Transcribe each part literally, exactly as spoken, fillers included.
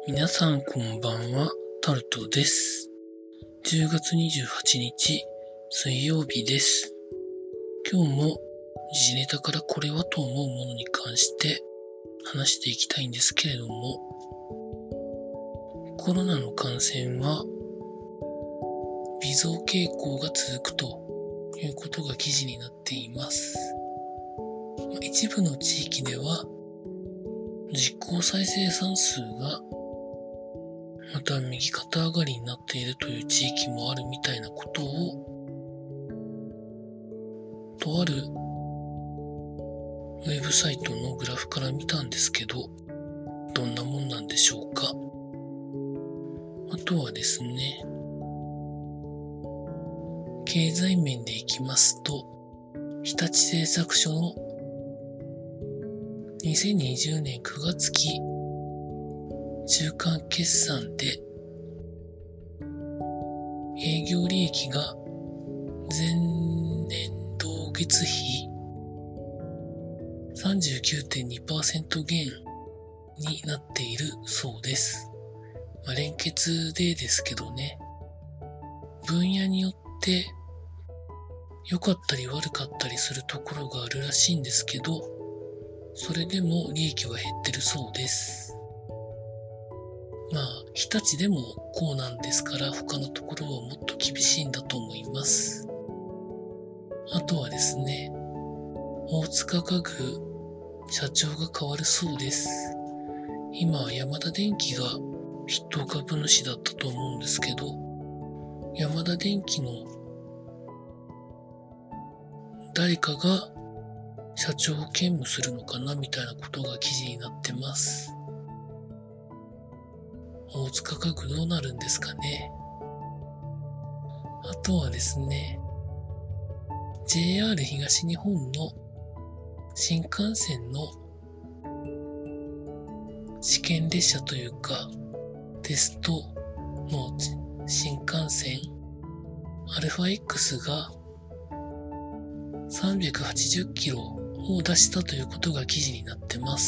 皆さんこんばんは、タルトです。じゅうがつにじゅうはちにち水曜日です。今日も時事ネタからこれはと思うものに関して話していきたいんですけれども、コロナの感染は微増傾向が続くということが記事になっています。一部の地域では実効再生産数がまた右肩上がりになっているという地域もあるみたいなことをとあるウェブサイトのグラフから見たんですけど、どんなもんなんでしょうか。あとはですね、経済面でいきますと、日立製作所のにせんにじゅうねんくがつき中間決算で営業利益が前年同月比 さんじゅうきゅうてんにパーセント 減になっているそうです。まあ、連結でですけどね、分野によって良かったり悪かったりするところがあるらしいんですけど、それでも利益は減ってるそうです。まあ、日立でもこうなんですから、他のところはもっと厳しいんだと思います。あとはですね、大塚家具社長が変わるそうです。今は山田電機が筆頭株主だったと思うんですけど、山田電機の誰かが社長を兼務するのかなみたいなことが記事になってます。大塚家具どうなるんですかね。あとはですね、ジェイアール 東日本の新幹線の試験列車というかテストの新幹線アルファ X がさんびゃくはちじゅっキロを出したということが記事になってます。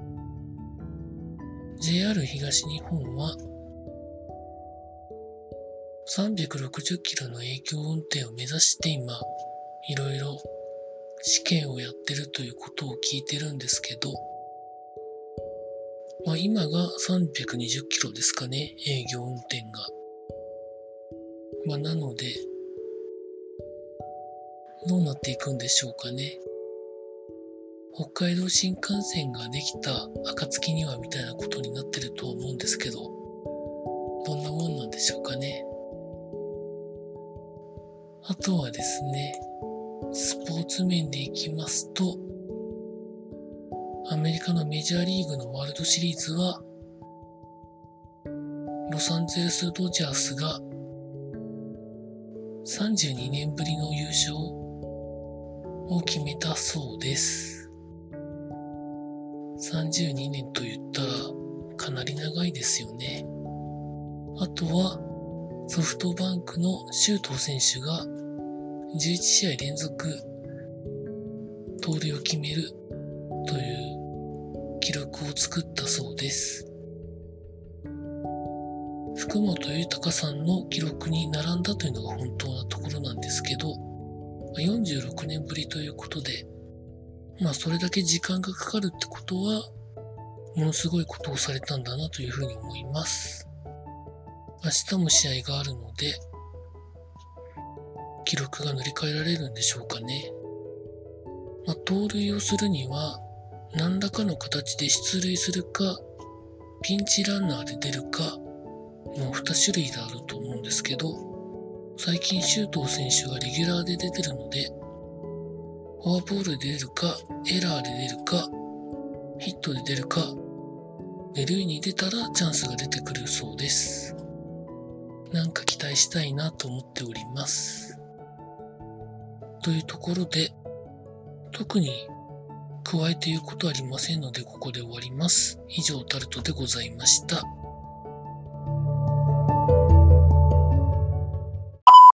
ジェイアール 東日本はさんびゃくろくじゅっキロの営業運転を目指して今いろいろ試験をやってるということを聞いてるんですけど、まあ、今がさんびゃくにじゅっキロですかね、営業運転が。まあ、なのでどうなっていくんでしょうかね。北海道新幹線ができた暁にはみたいなことになってると思うんですけど、どんなもんなんでしょうかね。あとはですね、スポーツ面でいきますと、アメリカのメジャーリーグのワールドシリーズはロサンゼルスドジャースがさんじゅうにねんぶりの優勝を決めたそうです。さんじゅうにねんと言ったらかなり長いですよね。あとはソフトバンクの周東選手がじゅういちしあい連続盗塁を決めるという記録を作ったそうです。福本豊さんの記録に並んだというのが本当なところなんですけど、よんじゅうろくねんぶりということで、まあそれだけ時間がかかるってことはものすごいことをされたんだなというふうに思います。明日も試合があるので記録が塗り替えられるんでしょうかね。まあ、盗塁をするには何らかの形で出塁するかピンチランナーで出るかのに種類であると思うんですけど、最近周東選手がレギュラーで出てるのでフォアボールで出るか、エラーで出るか、ヒットで出るか、塁に出たらチャンスが出てくるそうです。なんか期待したいなと思っております。というところで、特に加えて言うことはありませんので、ここで終わります。以上、タルトでございました。